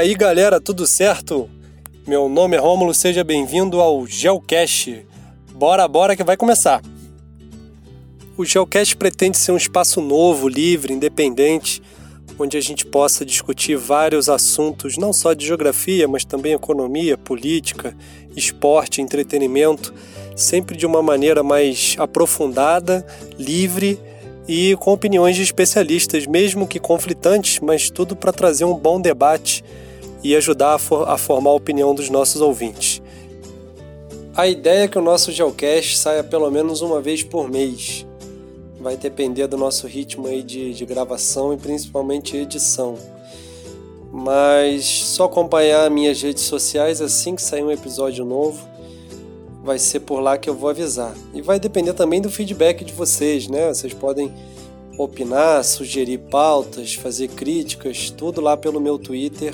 aí galera, tudo certo? Meu nome é Rômulo, seja bem-vindo ao Geocast. Bora que vai começar! O Geocast pretende ser um espaço novo, livre, independente, onde a gente possa discutir vários assuntos, não só de geografia, mas também economia, política, esporte, entretenimento, sempre de uma maneira mais aprofundada, livre e com opiniões de especialistas, mesmo que conflitantes, mas tudo para trazer um bom debate e ajudar a formar a opinião dos nossos ouvintes. A ideia é que o nosso Geocast saia pelo menos uma vez por mês. Vai depender do nosso ritmo aí de gravação e principalmente edição. Mas só acompanhar minhas redes sociais assim que sair um episódio novo. Vai ser por lá que eu vou avisar. E vai depender também do feedback de vocês, né? Vocês podem opinar, sugerir pautas, fazer críticas, tudo lá pelo meu Twitter,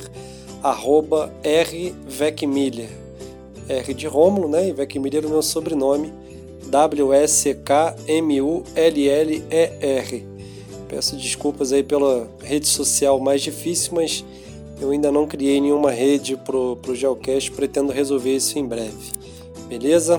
@rvecmiller. R de Rômulo, né? E Vecmiller é o meu sobrenome, WSKMULLER. Peço desculpas aí pela rede social mais difícil, mas eu ainda não criei nenhuma rede pro Geocast, pretendo resolver isso em breve. Beleza?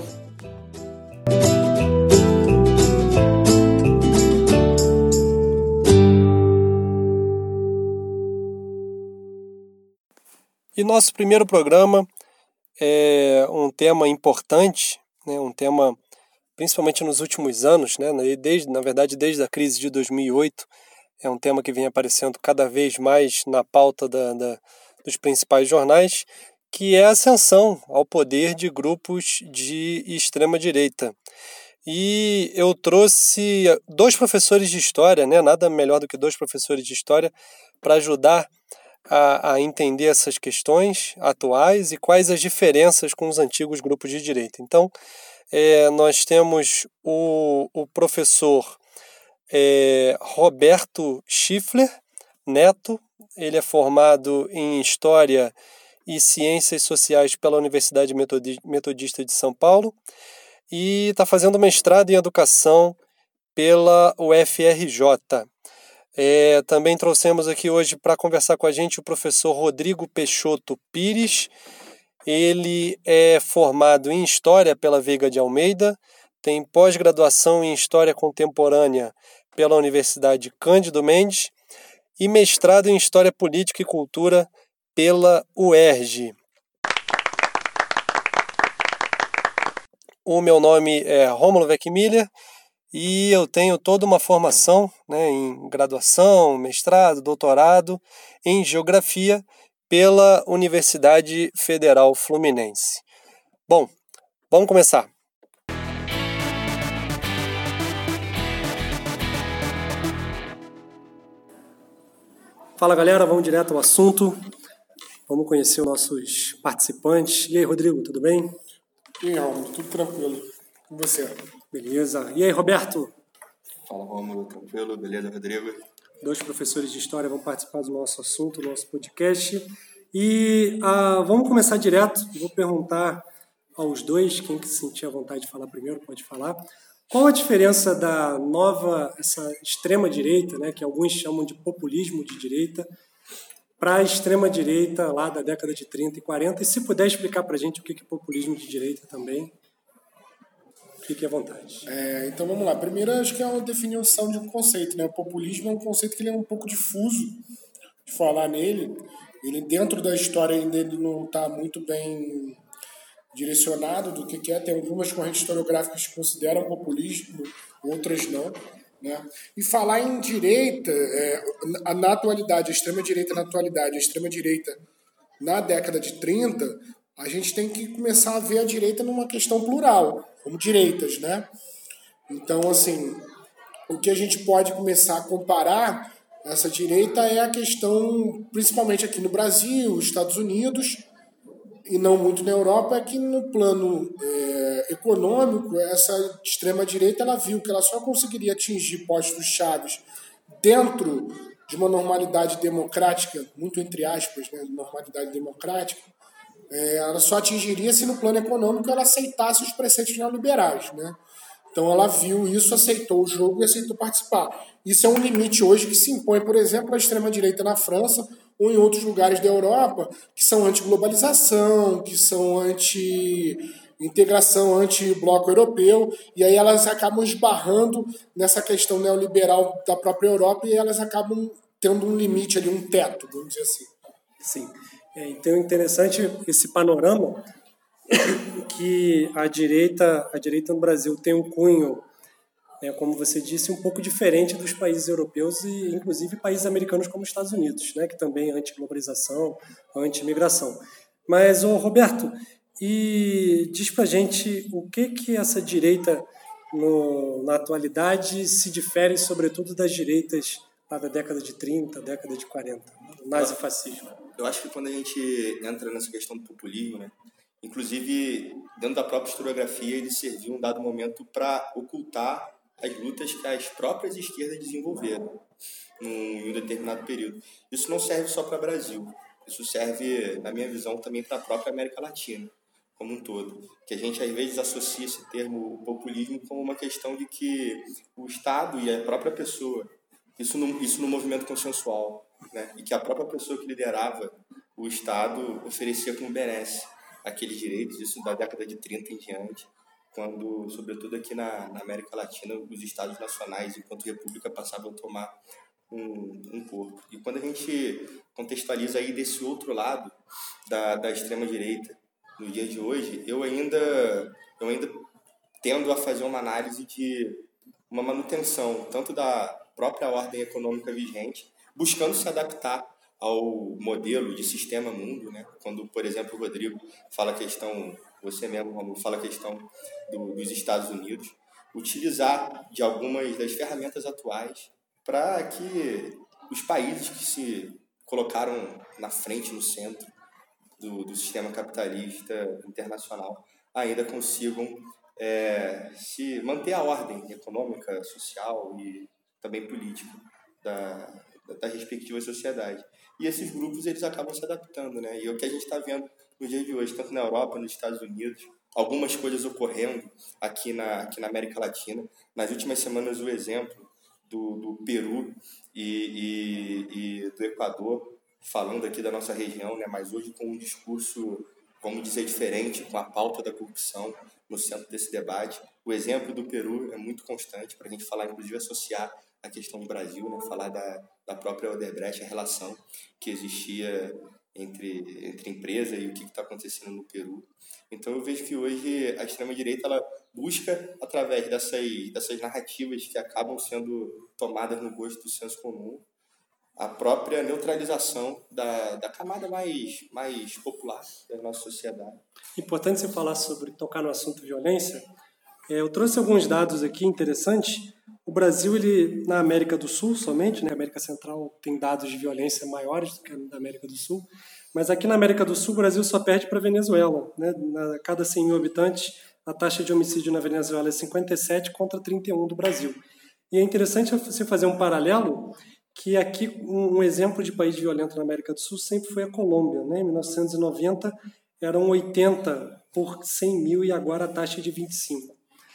E nosso primeiro programa é um tema importante, né? Um tema principalmente nos últimos anos, né? Desde a crise de 2008, é um tema que vem aparecendo cada vez mais na pauta dos principais jornais, que é a ascensão ao poder de grupos de extrema-direita. E eu trouxe dois professores de história, né? Nada melhor do que dois professores de história para ajudar a entender essas questões atuais e quais as diferenças com os antigos grupos de direita. Então, nós temos o professor Roberto Schiffler Neto. Ele é formado em História e Ciências Sociais pela Universidade Metodista de São Paulo e está fazendo mestrado em Educação pela UFRJ. Também trouxemos aqui hoje para conversar com a gente o professor Rodrigo Peixoto Pires. Ele é formado em História pela Veiga de Almeida, tem pós-graduação em História Contemporânea pela Universidade Cândido Mendes e mestrado em História Política e Cultura pela UERJ. O meu nome é Rômulo Vecmiller e eu tenho toda uma formação, né, em graduação, mestrado, doutorado em Geografia pela Universidade Federal Fluminense. Bom, vamos começar. Fala galera, vamos direto ao assunto. Vamos conhecer os nossos participantes. E aí, Rodrigo, tudo bem? E aí, Rômulo, tudo tranquilo. Com você? Beleza. E aí, Roberto? Fala, Rômulo, tranquilo? Beleza, Rodrigo? Dois professores de História vão participar do nosso assunto, do nosso podcast. E vamos começar direto. Vou perguntar aos dois, quem que sentir a vontade de falar primeiro pode falar. Qual a diferença da essa extrema-direita, né, que alguns chamam de populismo de direita, para a extrema-direita lá da década de 30 e 40? E se puder explicar para a gente o que é populismo de direita também, fique à vontade. Então vamos lá. Primeiro, acho que é uma definição de um conceito, né? O populismo é um conceito que ele é um pouco difuso de falar nele. Ele, dentro da história ainda, ele não está muito bem direcionado do que é. Tem algumas correntes historiográficas que consideram populismo, outras não, né? E falar em direita, na atualidade, a extrema-direita na atualidade, a extrema-direita na década de 30, a gente tem que começar a ver a direita numa questão plural, como direitas, né? Então, assim, o que a gente pode começar a comparar essa direita é a questão, principalmente aqui no Brasil, Estados Unidos, e não muito na Europa, é que no plano econômico, essa extrema-direita ela viu que ela só conseguiria atingir postos-chave dentro de uma normalidade democrática, muito entre aspas, né, normalidade democrática, ela só atingiria se no plano econômico ela aceitasse os preceitos neoliberais, né? Então ela viu isso, aceitou o jogo e aceitou participar. Isso é um limite hoje que se impõe, por exemplo, à extrema-direita na França, ou em outros lugares da Europa, que são anti-globalização, que são anti-integração, anti-bloco europeu, e aí elas acabam esbarrando nessa questão neoliberal da própria Europa e elas acabam tendo um limite ali, um teto, vamos dizer assim. Sim. Então é interessante esse panorama que a direita no Brasil tem um cunho, como você disse, um pouco diferente dos países europeus e inclusive países americanos como os Estados Unidos, que também é anti-globalização, anti-imigração. Mas, Roberto, e diz pra gente o que essa direita na atualidade se difere sobretudo das direitas lá da década de 30, década de 40, do nazifascismo. Eu acho que quando a gente entra nessa questão do populismo, inclusive dentro da própria historiografia, ele serviu em um dado momento para ocultar as lutas que as próprias esquerdas desenvolveram em um determinado período. Isso não serve só para o Brasil, isso serve, na minha visão, também para a própria América Latina como um todo, que a gente às vezes associa esse termo populismo como uma questão de que o Estado e a própria pessoa, isso no movimento consensual, e que a própria pessoa que liderava o Estado oferecia como benesse aqueles direitos, isso da década de 30 em diante, quando, sobretudo aqui na América Latina, os Estados nacionais, enquanto república, passavam a tomar um corpo. E quando a gente contextualiza aí desse outro lado da extrema-direita, no dia de hoje, eu ainda tendo a fazer uma análise de uma manutenção, tanto da própria ordem econômica vigente, buscando se adaptar ao modelo de sistema mundo, Quando, por exemplo, o Rodrigo fala a questão, você mesmo, Romulo, fala a questão dos Estados Unidos, utilizar de algumas das ferramentas atuais para que os países que se colocaram na frente, no centro do sistema capitalista internacional, ainda consigam se manter a ordem econômica, social e também política da respectiva sociedade. E esses grupos, eles acabam se adaptando, E o que a gente está vendo no dia de hoje, tanto na Europa, nos Estados Unidos, algumas coisas ocorrendo aqui na América Latina. Nas últimas semanas, o exemplo do Peru e do Equador, falando aqui da nossa região, mas hoje com um discurso, vamos dizer, diferente, com a pauta da corrupção no centro desse debate. O exemplo do Peru é muito constante para a gente falar, inclusive, associar a questão do Brasil, falar da própria Odebrecht, a relação que existia entre empresa e o que está acontecendo no Peru. Então eu vejo que hoje a extrema-direita ela busca, através dessas narrativas que acabam sendo tomadas no gosto do senso comum, a própria neutralização da camada mais popular da nossa sociedade. Importante você falar tocar no assunto violência. Eu trouxe alguns dados aqui interessantes. O Brasil, na América do Sul somente, a América Central tem dados de violência maiores do que na América do Sul, mas aqui na América do Sul o Brasil só perde para a Venezuela. A cada 100 mil habitantes, a taxa de homicídio na Venezuela é 57 contra 31 do Brasil. E é interessante você fazer um paralelo, que aqui um exemplo de país violento na América do Sul sempre foi a Colômbia. Em 1990 eram 80 por 100 mil e agora a taxa é de 25.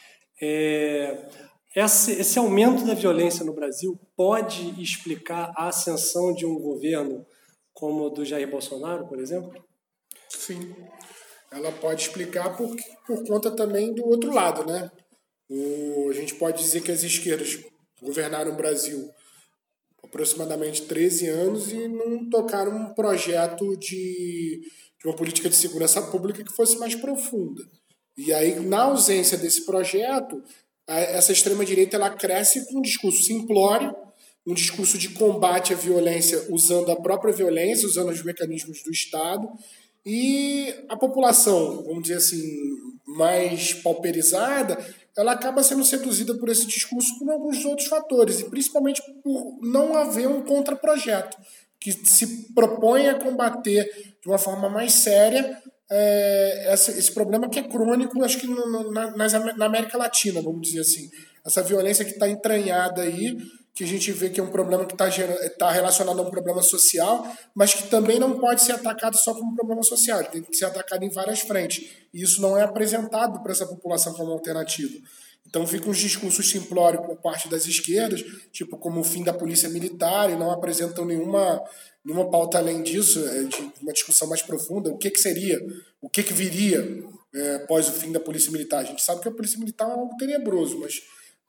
Esse aumento da violência no Brasil pode explicar a ascensão de um governo como o do Jair Bolsonaro, por exemplo? Sim, ela pode explicar por conta também do outro lado, A gente pode dizer que as esquerdas governaram o Brasil aproximadamente 13 anos e não tocaram um projeto de uma política de segurança pública que fosse mais profunda. E aí, na ausência desse projeto, essa extrema-direita ela cresce com um discurso simplório, um discurso de combate à violência usando a própria violência, usando os mecanismos do Estado, e a população, vamos dizer assim, mais pauperizada, ela acaba sendo seduzida por esse discurso por alguns outros fatores, e principalmente por não haver um contraprojeto que se propõe a combater de uma forma mais séria esse problema que é crônico, acho que na América Latina, vamos dizer assim. Essa violência que está entranhada aí, que a gente vê que é um problema que está relacionado a um problema social, mas que também não pode ser atacado só como um problema social, ele tem que ser atacado em várias frentes. E isso não é apresentado para essa população como alternativa. Então ficam uns discursos simplórios por parte das esquerdas, tipo como o fim da polícia militar, e não apresentam nenhuma pauta além disso, de uma discussão mais profunda. O que seria, o que viria após o fim da polícia militar? A gente sabe que a polícia militar é algo tenebroso, mas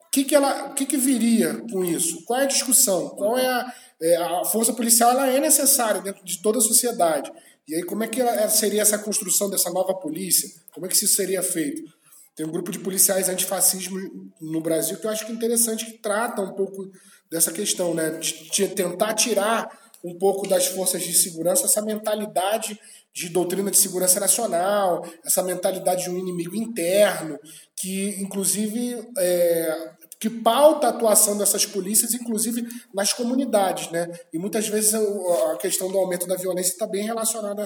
o que viria com isso? Qual é a discussão? Qual é a força policial? Ela é necessária dentro de toda a sociedade. E aí como é que seria essa construção dessa nova polícia? Como é que isso seria feito? Tem um grupo de policiais antifascismo no Brasil que eu acho que é interessante, que trata um pouco dessa questão, né? De tentar tirar um pouco das forças de segurança essa mentalidade de doutrina de segurança nacional, essa mentalidade de um inimigo interno, que inclusive que pauta a atuação dessas polícias, inclusive nas comunidades, né? E muitas vezes a questão do aumento da violência está bem relacionada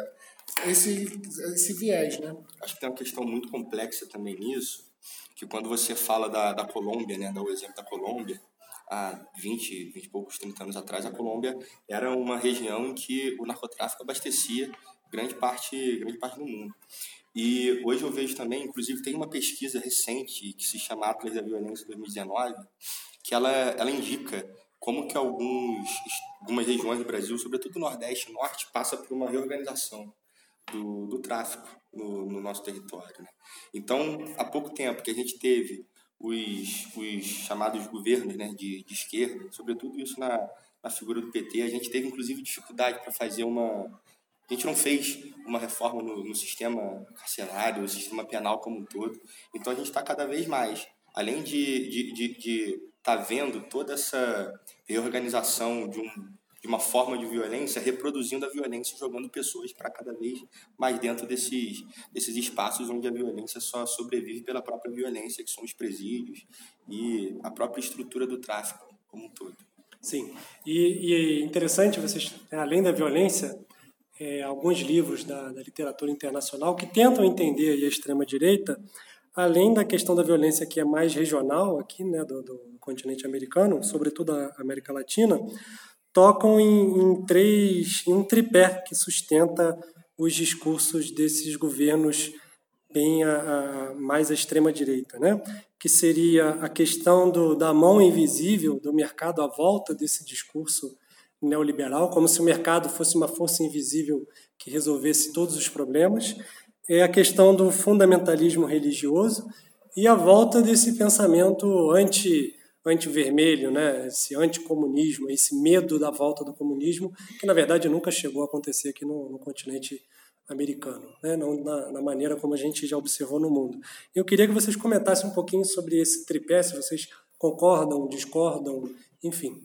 a esse viés, né? Acho que tem uma questão muito complexa também nisso, que quando você fala da Colômbia, né, dá o exemplo da Colômbia, há 20 e poucos, 30 anos atrás, a Colômbia era uma região em que o narcotráfico abastecia grande parte do mundo. E hoje eu vejo também, inclusive tem uma pesquisa recente que se chama Atlas da Violência 2019, que ela indica como que algumas regiões do Brasil, sobretudo o Nordeste e Norte, passa por uma reorganização do tráfico no nosso território, né? Então, há pouco tempo que a gente teve os chamados governos, né, de esquerda, sobretudo isso na figura do PT, a gente teve inclusive dificuldade para fazer a gente não fez uma reforma no sistema carcerário, no sistema penal como um todo. Então a gente está cada vez mais, além de estar vendo toda essa reorganização de uma forma de violência, reproduzindo a violência e jogando pessoas para cada vez mais dentro desses espaços onde a violência só sobrevive pela própria violência, que são os presídios e a própria estrutura do tráfico como um todo. Sim, e é interessante, vocês, além da violência, alguns livros da literatura internacional que tentam entender a extrema-direita, além da questão da violência que é mais regional aqui, né, do continente americano, sobretudo a América Latina, tocam em um tripé que sustenta os discursos desses governos bem mais à extrema-direita, né? Que seria a questão da mão invisível do mercado à volta desse discurso neoliberal, como se o mercado fosse uma força invisível que resolvesse todos os problemas, é a questão do fundamentalismo religioso e a volta desse pensamento anti-vermelho, né? Esse anticomunismo, esse medo da volta do comunismo, que na verdade nunca chegou a acontecer aqui no continente americano, né? Não na maneira como a gente já observou no mundo. Eu queria que vocês comentassem um pouquinho sobre esse tripé, se vocês concordam, discordam, enfim.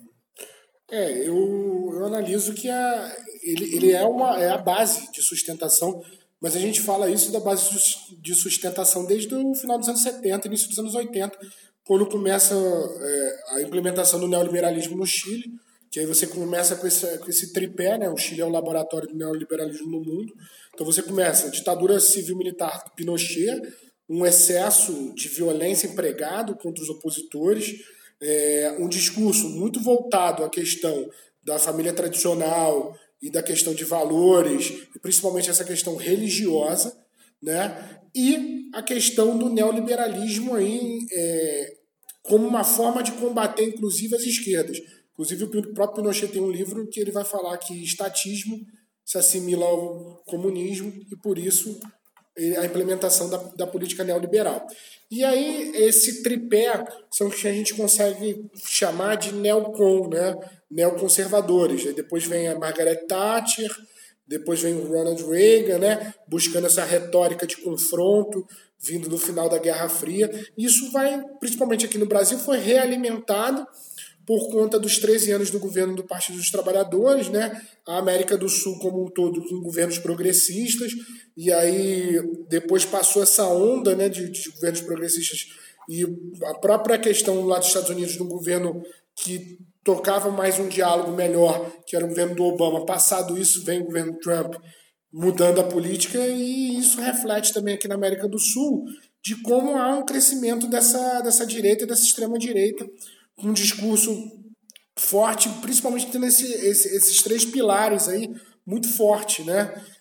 Eu analiso que ele é a base de sustentação, mas a gente fala isso da base de sustentação desde o final dos anos 70, início dos anos 80, quando começa a implementação do neoliberalismo no Chile, que aí você começa com esse tripé, né? O Chile é o laboratório do neoliberalismo no mundo. Então você começa a ditadura civil-militar do Pinochet, um excesso de violência empregado contra os opositores, um discurso muito voltado à questão da família tradicional e da questão de valores, e principalmente essa questão religiosa, né? E a questão do neoliberalismo aí, como uma forma de combater, inclusive, as esquerdas. Inclusive, o próprio Pinochet tem um livro que ele vai falar que estatismo se assimila ao comunismo e, por isso, a implementação da política neoliberal. E aí, esse tripé são os que a gente consegue chamar de neocon, né? Neoconservadores. Aí depois vem a Margaret Thatcher, depois vem o Ronald Reagan, né? Buscando essa retórica de confronto, vindo do final da Guerra Fria. Isso vai, principalmente aqui no Brasil, foi realimentado por conta dos 13 anos do governo do Partido dos Trabalhadores, né? A América do Sul como um todo com governos progressistas, e aí depois passou essa onda, né, de governos progressistas, e a própria questão lá dos Estados Unidos de um governo que tocava mais um diálogo melhor, que era o governo do Obama. Passado isso, vem o governo Trump mudando a política, e isso reflete também aqui na América do Sul de como há um crescimento dessa direita, dessa extrema-direita, um discurso forte, principalmente tendo esses três pilares aí, muito forte, né?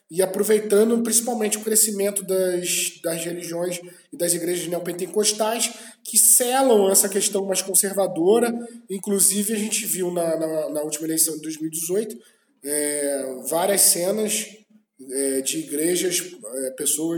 e aproveitando principalmente o crescimento das religiões e das igrejas neopentecostais, que selam essa questão mais conservadora. Inclusive, a gente viu na última eleição de 2018 várias cenas de igrejas, pessoas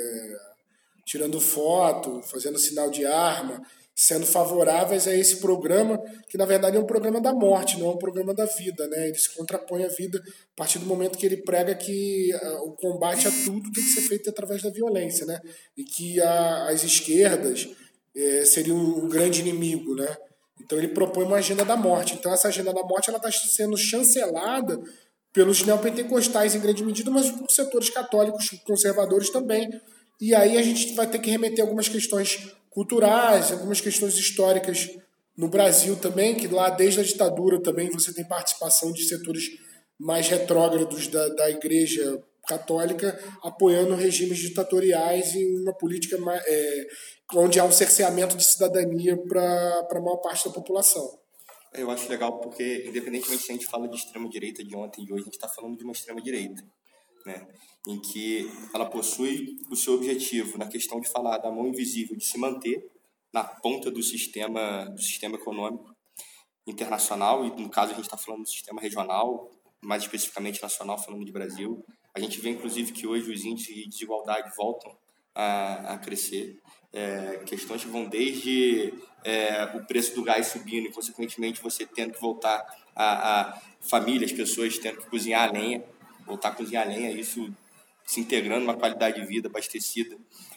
tirando foto, fazendo sinal de arma, sendo favoráveis a esse programa, que na verdade é um programa da morte, não é um programa da vida, né? Ele se contrapõe à vida a partir do momento que ele prega que o combate a tudo tem que ser feito através da violência, né? E que as esquerdas seriam um grande inimigo, né? Então ele propõe uma agenda da morte. Então essa agenda da morte está sendo chancelada pelos neopentecostais em grande medida, mas por setores católicos conservadores também. E aí a gente vai ter que remeter algumas questões culturais, algumas questões históricas no Brasil também, que lá desde a ditadura também você tem participação de setores mais retrógrados da Igreja Católica apoiando regimes ditatoriais e uma política onde há um cerceamento de cidadania para a maior parte da população. Eu acho legal porque, independentemente se a gente fala de extrema-direita de ontem e hoje, a gente está falando de uma extrema-direita, né? Em que ela possui o seu objetivo na questão de falar da mão invisível, de se manter na ponta do sistema econômico internacional, e no caso a gente está falando do sistema regional, mais especificamente nacional, falando de Brasil. A gente vê, inclusive, que hoje os índices de desigualdade voltam a crescer. Questões que vão desde o preço do gás subindo e, consequentemente, você tendo que voltar a famílias, pessoas tendo que cozinhar a lenha, voltar a cozinhar a lenha, isso se integrando numa qualidade de vida abastecida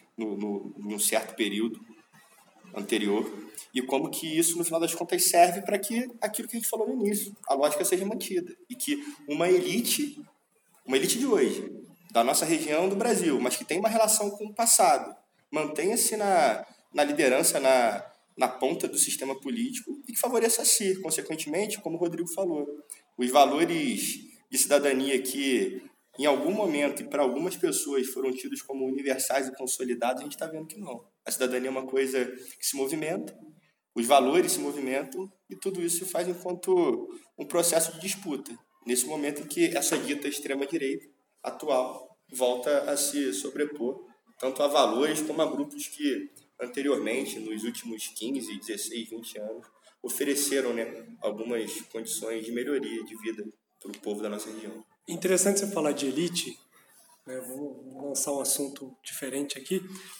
num certo período anterior, e como que isso, no final das contas, serve para que aquilo que a gente falou no início, a lógica seja mantida, e que uma elite de hoje, da nossa região do Brasil, mas que tem uma relação com o passado, mantenha-se na liderança, na ponta do sistema político e que favoreça a si, consequentemente, como o Rodrigo falou, os valores de cidadania que, em algum momento, e para algumas pessoas foram tidos como universais e consolidados, a gente está vendo que não. A cidadania é uma coisa que se movimenta, os valores se movimentam, e tudo isso se faz enquanto um processo de disputa. Nesse momento em que essa dita extrema-direita atual volta a se sobrepor, tanto a valores como a grupos que, anteriormente, nos últimos 15, 16, 20 anos, ofereceram, né, algumas condições de melhoria de vida para o povo da nossa região. Interessante você falar de elite, né? Vou lançar um assunto diferente aqui.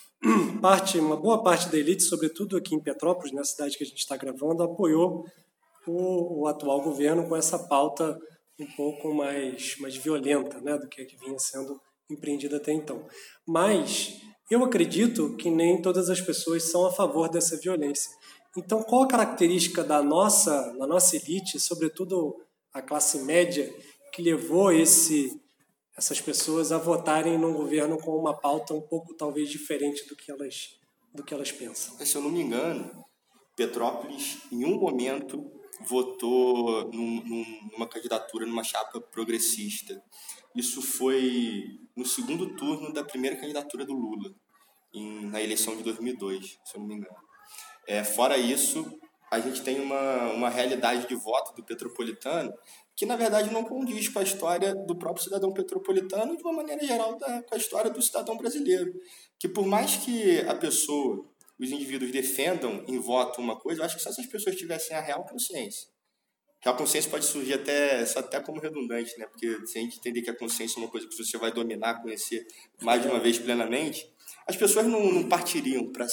Uma boa parte da elite, sobretudo aqui em Petrópolis, na cidade que a gente está gravando, apoiou o atual governo com essa pauta um pouco mais violenta, né, do que vinha sendo empreendida até então. Mas eu acredito que nem todas as pessoas são a favor dessa violência. Então, qual a característica da nossa elite, sobretudo a classe média, que levou essas pessoas a votarem num governo com uma pauta um pouco, talvez, diferente do que elas pensam? Se eu não me engano, Petrópolis, em um momento, votou numa candidatura, numa chapa progressista. Isso foi no segundo turno da primeira candidatura do Lula, na eleição de 2002, se eu não me engano. Fora isso, a gente tem uma realidade de voto do petropolitano que, na verdade, não condiz com a história do próprio cidadão petropolitano e, de uma maneira geral, com a história do cidadão brasileiro. Que, por mais que a pessoa, os indivíduos defendam em voto uma coisa, eu acho que se essas pessoas tivessem a real consciência. Real consciência pode surgir até como redundante, né? Porque se a gente entender que a consciência é uma coisa que você vai dominar, conhecer mais de uma vez plenamente, as pessoas não partiriam para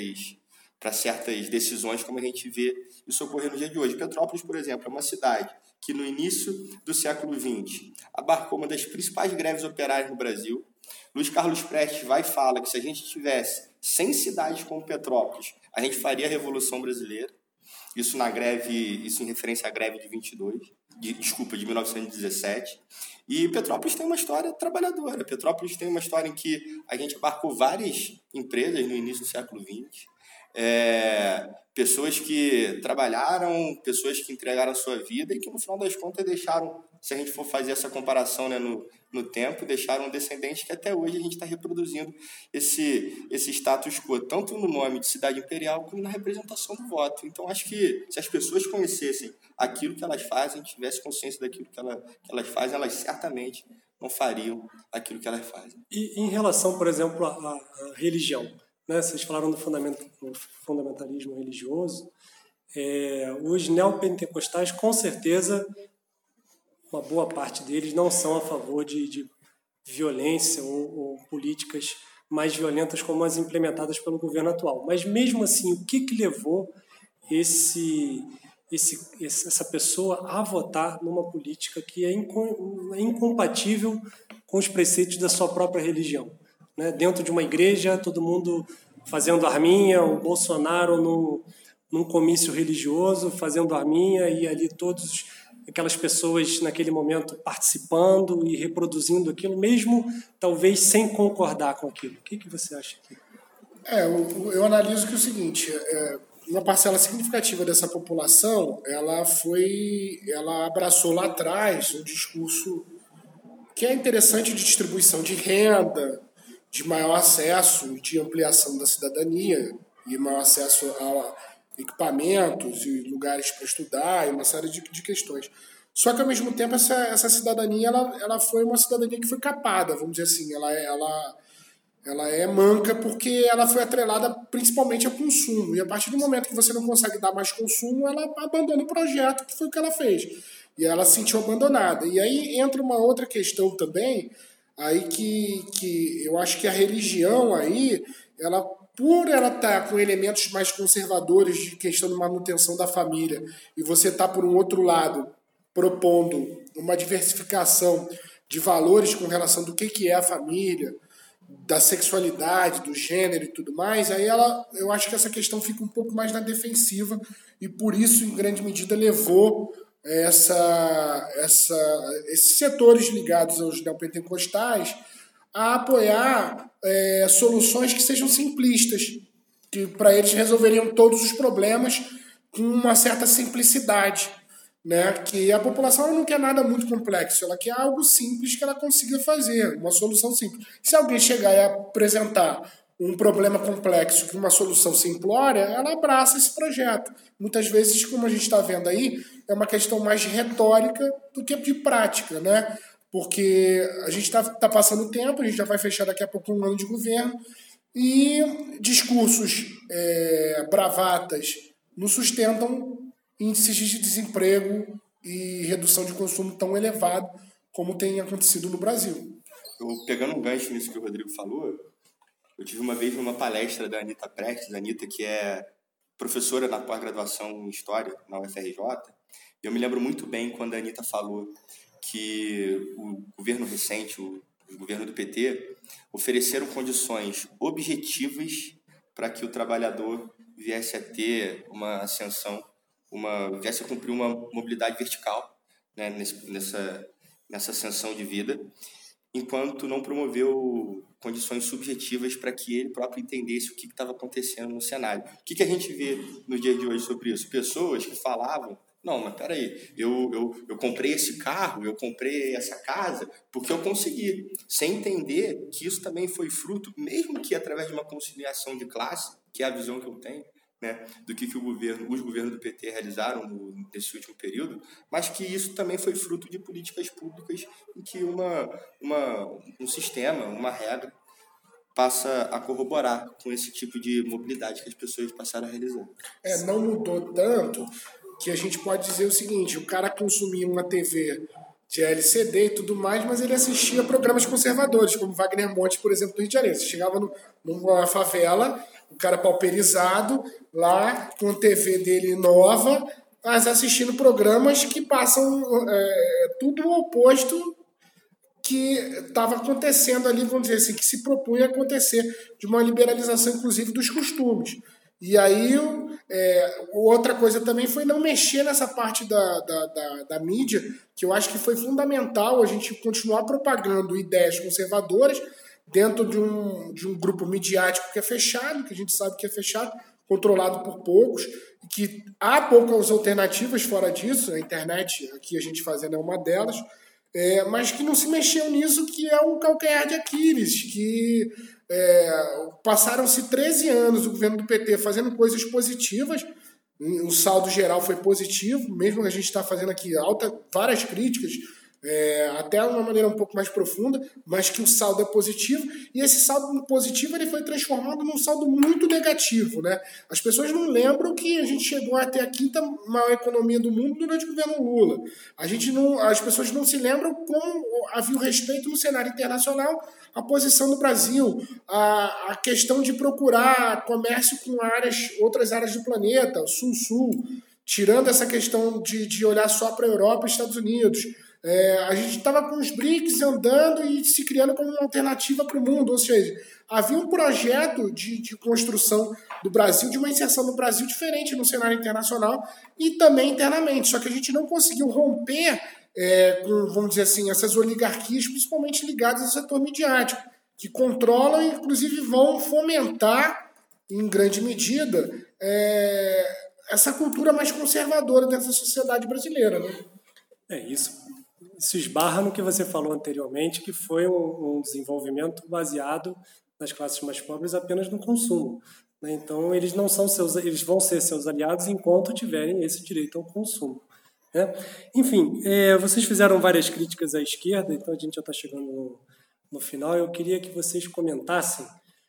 certas decisões como a gente vê isso ocorrer no dia de hoje. Petrópolis, por exemplo, é uma cidade que no início do século XX abarcou uma das principais greves operárias no Brasil. Luiz Carlos Prestes vai e fala que se a gente tivesse 100 cidades como Petrópolis, a gente faria a Revolução Brasileira. Isso em referência à greve de 1917. E Petrópolis tem uma história trabalhadora. Petrópolis tem uma história em que a gente abarcou várias empresas no início do século XX. Pessoas que trabalharam, pessoas que entregaram a sua vida e que, no final das contas, deixaram, se a gente for fazer essa comparação, né, no tempo, deixaram descendentes que até hoje a gente está reproduzindo esse status quo, tanto no nome de cidade imperial como na representação do voto. Então, acho que se as pessoas conhecessem aquilo que elas fazem, tivessem consciência daquilo que elas fazem, elas certamente não fariam aquilo que elas fazem. E em relação, por exemplo, à religião, né? Vocês falaram do fundamentalismo religioso. Os neopentecostais, com certeza, uma boa parte deles não são a favor de violência ou políticas mais violentas como as implementadas pelo governo atual. Mas mesmo assim, o que levou essa pessoa a votar numa política que é incompatível com os preceitos da sua própria religião, né? Dentro de uma igreja, todo mundo fazendo arminha, o Bolsonaro num comício religioso fazendo arminha, e ali aquelas pessoas naquele momento participando e reproduzindo aquilo, mesmo talvez sem concordar com aquilo. O que você acha aqui? Eu analiso que é o seguinte, uma parcela significativa dessa população, ela abraçou lá atrás um discurso que é interessante de distribuição de renda, de maior acesso, de ampliação da cidadania e maior acesso a equipamentos e lugares para estudar e uma série de questões. Só que, ao mesmo tempo, essa cidadania ela foi uma cidadania que foi capada, vamos dizer assim. Ela é manca porque ela foi atrelada principalmente ao consumo. E a partir do momento que você não consegue dar mais consumo, ela abandona o projeto, que foi o que ela fez. E ela se sentiu abandonada. E aí entra uma outra questão também, aí que eu acho que a religião aí, por ela estar com elementos mais conservadores de questão de manutenção da família, e você está, por um outro lado, propondo uma diversificação de valores com relação do que é a família, da sexualidade, do gênero e tudo mais, aí eu acho que essa questão fica um pouco mais na defensiva, e por isso, em grande medida, levou esses setores ligados aos neopentecostais a apoiar soluções que sejam simplistas, que para eles resolveriam todos os problemas com uma certa simplicidade, né? Que a população não quer nada muito complexo, ela quer algo simples que ela consiga fazer, uma solução simples. Se alguém chegar e apresentar um problema complexo que uma solução simplória, ela abraça esse projeto. Muitas vezes, como a gente está vendo aí, é uma questão mais de retórica do que de prática, né? Porque a gente está passando o tempo, a gente já vai fechar daqui a pouco um ano de governo, e discursos bravatas nos sustentam índices de desemprego e redução de consumo tão elevado como tem acontecido no Brasil. Pegando um gancho nisso que o Rodrigo falou, eu tive uma vez numa palestra da Anita Prestes, a Anita, que é professora na pós-graduação em História na UFRJ, e eu me lembro muito bem quando a Anita falou que o governo recente, o governo do PT, ofereceram condições objetivas para que o trabalhador viesse a ter uma ascensão, viesse a cumprir uma mobilidade vertical, né, nessa ascensão de vida, enquanto não promoveu condições subjetivas para que ele próprio entendesse o que estava acontecendo no cenário. O que a gente vê no dia de hoje sobre isso? Pessoas que falavam: não, mas peraí, eu comprei esse carro, eu comprei essa casa porque eu consegui, sem entender que isso também foi fruto, mesmo que através de uma conciliação de classe, que é a visão que eu tenho, né, do que os governos do PT realizaram nesse último período, mas que isso também foi fruto de políticas públicas em que um sistema, uma regra, passa a corroborar com esse tipo de mobilidade que as pessoas passaram a realizar. Não mudou tanto que a gente pode dizer o seguinte: o cara consumia uma TV de LCD e tudo mais, mas ele assistia programas conservadores, como Wagner Monte, por exemplo, do Rio de Janeiro. Você chegava numa favela, o cara pauperizado, lá com a TV dele nova, mas assistindo programas que passam tudo o oposto que estava acontecendo ali, vamos dizer assim, que se propunha acontecer, de uma liberalização, inclusive, dos costumes. E aí, outra coisa também foi não mexer nessa parte da mídia, que eu acho que foi fundamental a gente continuar propagando ideias conservadoras dentro de um grupo midiático que é fechado, que a gente sabe que é fechado, controlado por poucos, que há poucas alternativas fora disso, a internet, aqui a gente fazendo é uma delas, mas que não se mexeu nisso, que é um calcanhar de Aquiles, que passaram-se 13 anos o governo do PT fazendo coisas positivas, o saldo geral foi positivo, mesmo que a gente está fazendo aqui várias críticas, até uma maneira um pouco mais profunda, mas que o saldo é positivo, e esse saldo positivo ele foi transformado num saldo muito negativo, né? As pessoas não lembram que a gente chegou até a quinta maior economia do mundo durante o governo Lula. As pessoas não se lembram como havia o respeito no cenário internacional, a posição do Brasil, a questão de procurar comércio com outras áreas do planeta, sul-sul, tirando essa questão de olhar só para a Europa e Estados Unidos. A gente estava com os BRICS andando e se criando como uma alternativa para o mundo, ou seja, havia um projeto de construção do Brasil, de uma inserção do Brasil diferente no cenário internacional e também internamente, só que a gente não conseguiu romper com, vamos dizer assim, essas oligarquias, principalmente ligadas ao setor midiático, que controlam e inclusive vão fomentar, em grande medida, essa cultura mais conservadora dessa sociedade brasileira, né? Isso esbarra no que você falou anteriormente, que foi um desenvolvimento baseado nas classes mais pobres apenas no consumo, né? Então eles vão ser seus aliados enquanto tiverem esse direito ao consumo, né? Enfim, vocês fizeram várias críticas à esquerda, então a gente já está chegando no final. Eu queria que vocês comentassem,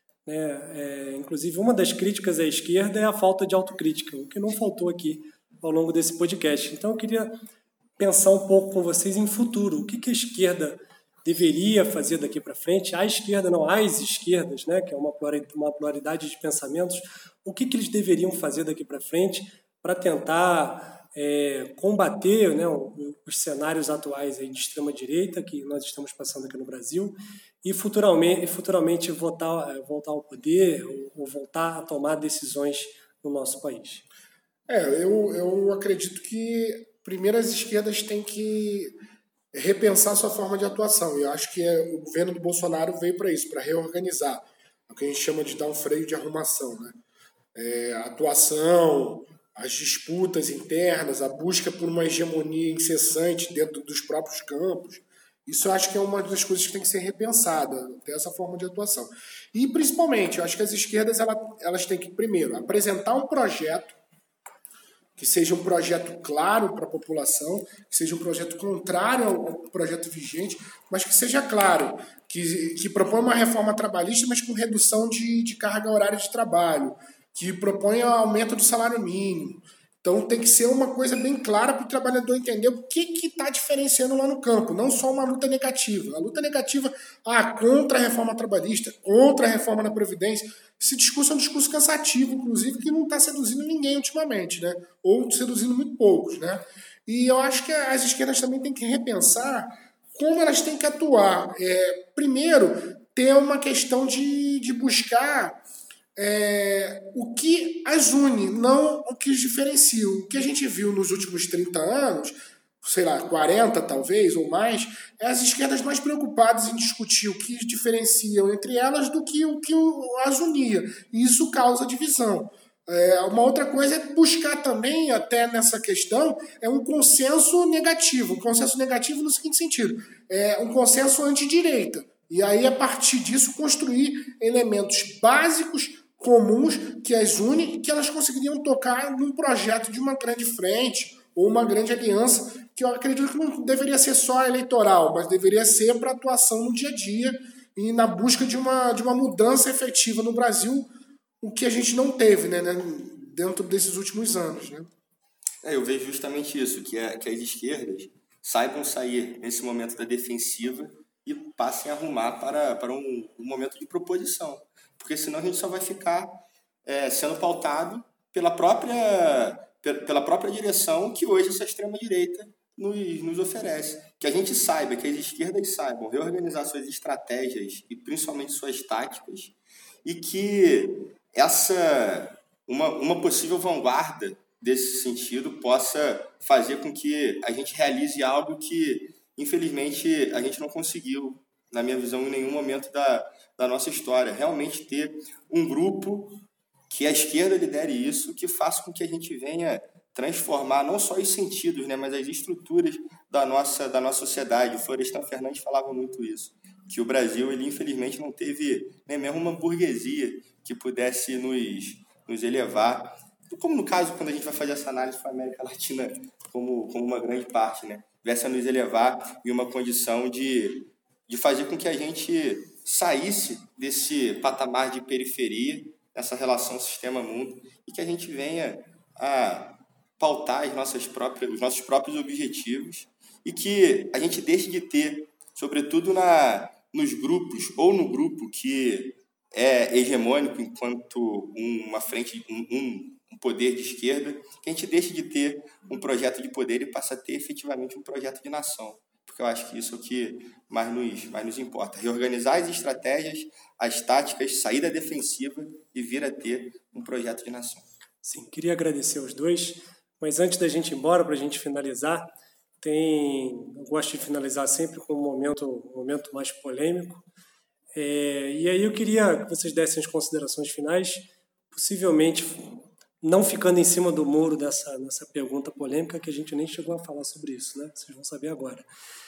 né? Inclusive, uma das críticas à esquerda é a falta de autocrítica, o que não faltou aqui ao longo desse podcast. Então eu queria pensar um pouco com vocês em futuro. O que a esquerda deveria fazer daqui para frente? A esquerda, não, as esquerdas, né, que é uma pluralidade de pensamentos. O que eles deveriam fazer daqui para frente para tentar combater, né, os cenários atuais aí de extrema-direita que nós estamos passando aqui no Brasil e futuramente voltar ao poder ou voltar a tomar decisões no nosso país? Eu acredito que primeiro as esquerdas têm que repensar sua forma de atuação. Eu acho que o governo do Bolsonaro veio para isso, para reorganizar. É o que a gente chama de dar um freio de arrumação, né? A atuação, as disputas internas, a busca por uma hegemonia incessante dentro dos próprios campos. Isso eu acho que é uma das coisas que tem que ser repensada, ter essa forma de atuação. E, principalmente, eu acho que as esquerdas elas têm que, primeiro, apresentar um projeto que seja um projeto claro para a população, que seja um projeto contrário ao projeto vigente, mas que seja claro, que propõe uma reforma trabalhista, mas com redução de carga horária de trabalho, que propõe aumento do salário mínimo. Então tem que ser uma coisa bem clara para o trabalhador entender o que está diferenciando lá no campo, não só uma luta negativa. A luta negativa contra a reforma trabalhista, contra a reforma da Previdência. Esse discurso é um discurso cansativo, inclusive, que não está seduzindo ninguém ultimamente, né? Ou seduzindo muito poucos, né? E eu acho que as esquerdas também têm que repensar como elas têm que atuar. Primeiro, ter uma questão de buscar o que as une, não o que os diferencia. O que a gente viu nos últimos 30 anos, sei lá, 40 talvez, ou mais, é as esquerdas mais preocupadas em discutir o que diferenciam entre elas do que o que as unia. E isso causa divisão. Uma outra coisa é buscar também, até nessa questão, um consenso negativo. Um consenso negativo no seguinte sentido, um consenso antidireita. E aí, a partir disso, construir elementos básicos, comuns, que as unem e que elas conseguiriam tocar num projeto de uma grande frente ou uma grande aliança, que eu acredito que não deveria ser só eleitoral, mas deveria ser para atuação no dia a dia e na busca de uma mudança efetiva no Brasil, o que a gente não teve, né, dentro desses últimos anos, né? Eu vejo justamente isso, que as esquerdas saibam sair nesse momento da defensiva e passem a arrumar para um momento de proposição. Porque senão a gente só vai ficar sendo pautado pela própria direção que hoje essa extrema-direita nos oferece. Que a gente saiba, que as esquerdas saibam reorganizar suas estratégias e principalmente suas táticas, e que uma possível vanguarda desse sentido possa fazer com que a gente realize algo que, infelizmente, a gente não conseguiu, na minha visão, em nenhum momento da nossa história. Realmente ter um grupo que a esquerda lidere isso, que faça com que a gente venha transformar não só os sentidos, né, mas as estruturas da nossa sociedade. O Florestan Fernandes falava muito isso, que o Brasil, ele infelizmente não teve nem mesmo uma burguesia que pudesse nos elevar como no caso, quando a gente vai fazer essa análise, foi a América Latina como uma grande parte, né? Viesse a nos elevar em uma condição de fazer com que a gente saísse desse patamar de periferia, essa relação sistema-mundo, e que a gente venha a pautar os nossos próprios objetivos e que a gente deixe de ter, sobretudo nos grupos ou no grupo que é hegemônico enquanto uma frente, um poder de esquerda, que a gente deixe de ter um projeto de poder e passe a ter efetivamente um projeto de nação. Porque eu acho que isso é o que mais nos importa. Reorganizar as estratégias, as táticas, sair da defensiva e vir a ter um projeto de nação. Sim, queria agradecer aos dois, mas antes da gente ir embora, para a gente finalizar, eu gosto de finalizar sempre com um momento mais polêmico. E aí eu queria que vocês dessem as considerações finais, possivelmente não ficando em cima do muro nessa pergunta polêmica, que a gente nem chegou a falar sobre isso, né? Vocês vão saber agora.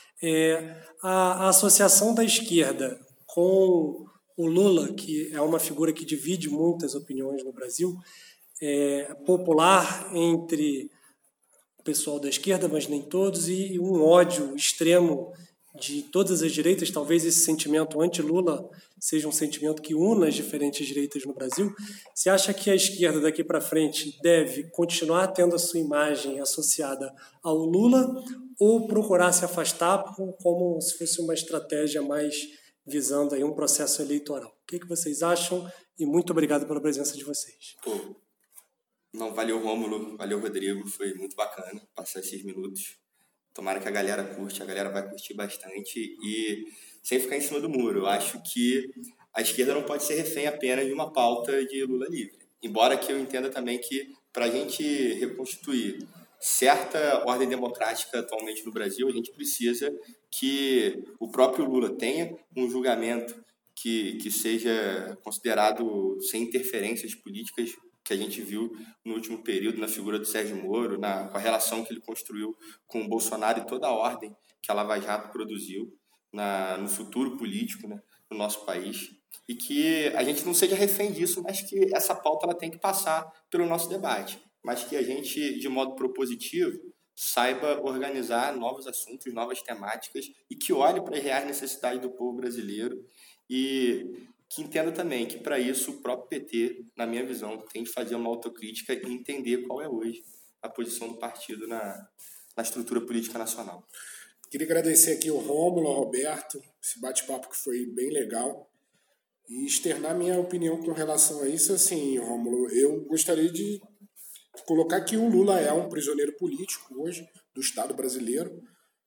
A associação da esquerda com o Lula, que é uma figura que divide muitas opiniões no Brasil, popular entre o pessoal da esquerda, mas nem todos, e um ódio extremo de todas as direitas. Talvez esse sentimento anti-Lula seja um sentimento que una as diferentes direitas no Brasil. Você acha que a esquerda daqui para frente deve continuar tendo a sua imagem associada ao Lula ou procurar se afastar como se fosse uma estratégia mais visando aí um processo eleitoral? O que vocês acham? E muito obrigado pela presença de vocês. Não, valeu, Rômulo, valeu, Rodrigo, foi muito bacana passar esses minutos. Tomara que a galera curte, a galera vai curtir bastante e sem ficar em cima do muro. Eu acho que a esquerda não pode ser refém apenas de uma pauta de Lula livre. Embora que eu entenda também que para a gente reconstituir certa ordem democrática atualmente no Brasil, a gente precisa que o próprio Lula tenha um julgamento que seja considerado sem interferências políticas, que a gente viu no último período na figura do Sérgio Moro, com a relação que ele construiu com o Bolsonaro e toda a ordem que a Lava Jato produziu no futuro político, né, no nosso país. E que a gente não seja refém disso, mas que essa pauta ela tem que passar pelo nosso debate. Mas que a gente, de modo propositivo, saiba organizar novos assuntos, novas temáticas e que olhe para as reais necessidades do povo brasileiro e que entenda também que, para isso, o próprio PT, na minha visão, tem de fazer uma autocrítica e entender qual é hoje a posição do partido na estrutura política nacional. Queria agradecer aqui ao Rômulo, ao Roberto, esse bate-papo que foi bem legal, e externar minha opinião com relação a isso. Assim, Rômulo, eu gostaria de colocar que o Lula é um prisioneiro político hoje do Estado brasileiro.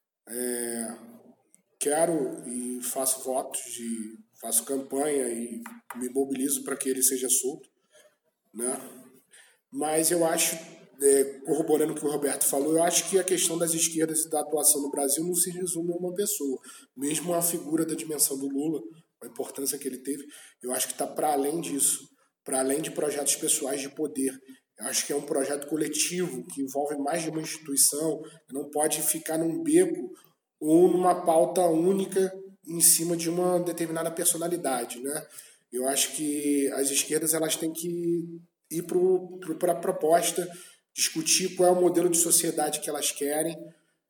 Quero e faço faço campanha e me mobilizo para que ele seja solto, né? Mas eu acho, corroborando o que o Roberto falou, eu acho que a questão das esquerdas e da atuação no Brasil não se resume a uma pessoa. Mesmo a figura da dimensão do Lula, a importância que ele teve, eu acho que está para além disso, para além de projetos pessoais de poder. Eu acho que é um projeto coletivo que envolve mais de uma instituição, não pode ficar num beco ou numa pauta única em cima de uma determinada personalidade, né? Eu acho que as esquerdas elas têm que ir para a proposta, discutir qual é o modelo de sociedade que elas querem,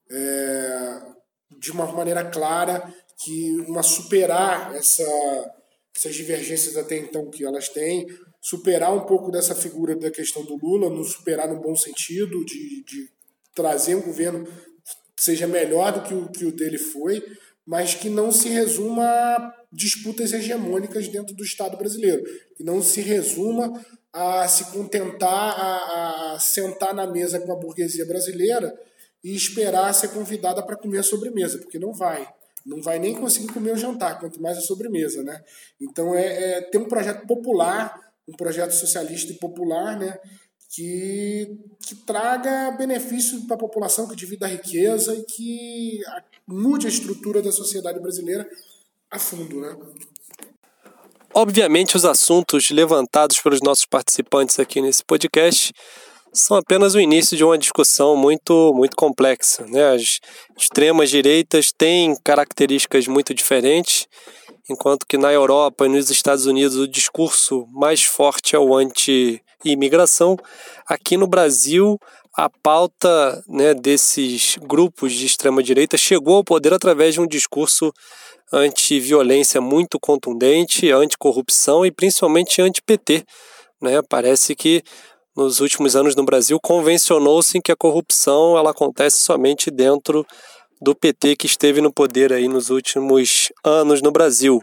de uma maneira clara, superar essas divergências até então que elas têm, superar um pouco dessa figura da questão do Lula, não superar no bom sentido, de trazer um governo que seja melhor do que o dele foi, mas que não se resuma a disputas hegemônicas dentro do Estado brasileiro, que não se resuma a se contentar a sentar na mesa com a burguesia brasileira e esperar ser convidada para comer a sobremesa, porque não vai nem conseguir comer o jantar, quanto mais a sobremesa, né? Então ter um projeto popular, um projeto socialista e popular, né, que traga benefício para a população, que divida a riqueza e que mude a estrutura da sociedade brasileira a fundo, né? Obviamente, os assuntos levantados pelos nossos participantes aqui nesse podcast são apenas o início de uma discussão muito, muito complexa, né? As extremas direitas têm características muito diferentes, enquanto que na Europa e nos Estados Unidos o discurso mais forte é o anti-imigração. Aqui no Brasil, a pauta, né, desses grupos de extrema-direita chegou ao poder através de um discurso anti-violência muito contundente, anti-corrupção e principalmente anti-PT, né? Parece que nos últimos anos no Brasil convencionou-se que a corrupção ela acontece somente dentro do PT que esteve no poder aí nos últimos anos no Brasil.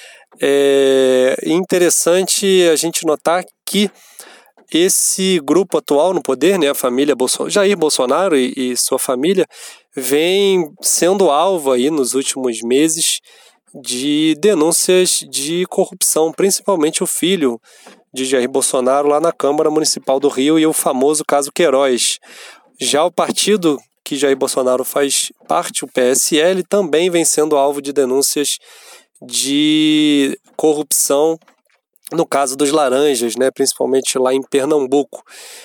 É interessante a gente notar que esse grupo atual no poder, né, a família Jair Bolsonaro e sua família, vem sendo alvo aí nos últimos meses de denúncias de corrupção, principalmente o filho de Jair Bolsonaro lá na Câmara Municipal do Rio e o famoso caso Queiroz. Já o partido que Jair Bolsonaro faz parte, o PSL, também vem sendo alvo de denúncias de corrupção no caso dos laranjas, né, principalmente lá em Pernambuco.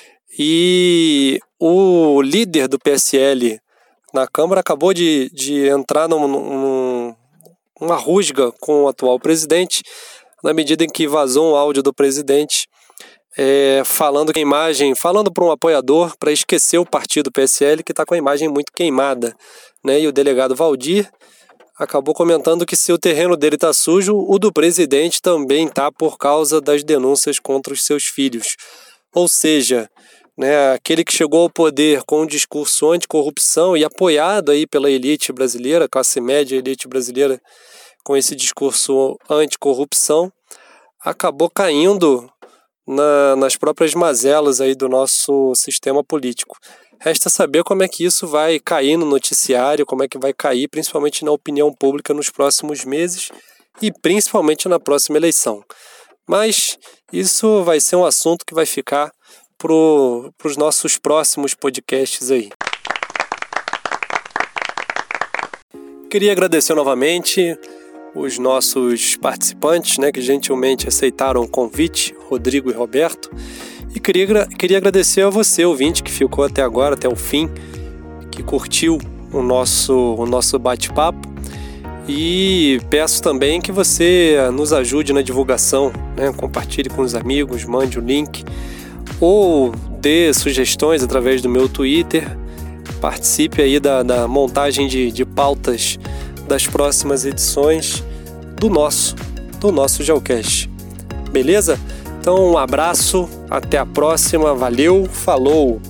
E o líder do PSL na Câmara acabou de entrar numa rusga com o atual presidente, na medida em que vazou um áudio do presidente falando para um apoiador para esquecer o partido PSL, que está com a imagem muito queimada, né? E o delegado Valdir acabou comentando que se o terreno dele está sujo, o do presidente também está por causa das denúncias contra os seus filhos. Ou seja, né, aquele que chegou ao poder com um discurso anticorrupção e apoiado aí pela elite brasileira, classe média, elite brasileira, com esse discurso anticorrupção, acabou caindo nas próprias mazelas aí do nosso sistema político. Resta saber como é que isso vai cair no noticiário, como é que vai cair principalmente na opinião pública nos próximos meses e principalmente na próxima eleição. Mas isso vai ser um assunto que vai ficar para os nossos próximos podcasts aí. Queria agradecer novamente os nossos participantes, né, que gentilmente aceitaram o convite, Rodrigo e Roberto. E queria agradecer a você, ouvinte, que ficou até agora, até o fim, que curtiu o nosso bate-papo. E peço também que você nos ajude na divulgação, né? Compartilhe com os amigos, mande o link ou dê sugestões através do meu Twitter. Participe aí da montagem de pautas das próximas edições do nosso Geocast. Beleza? Então um abraço, até a próxima, valeu, falou!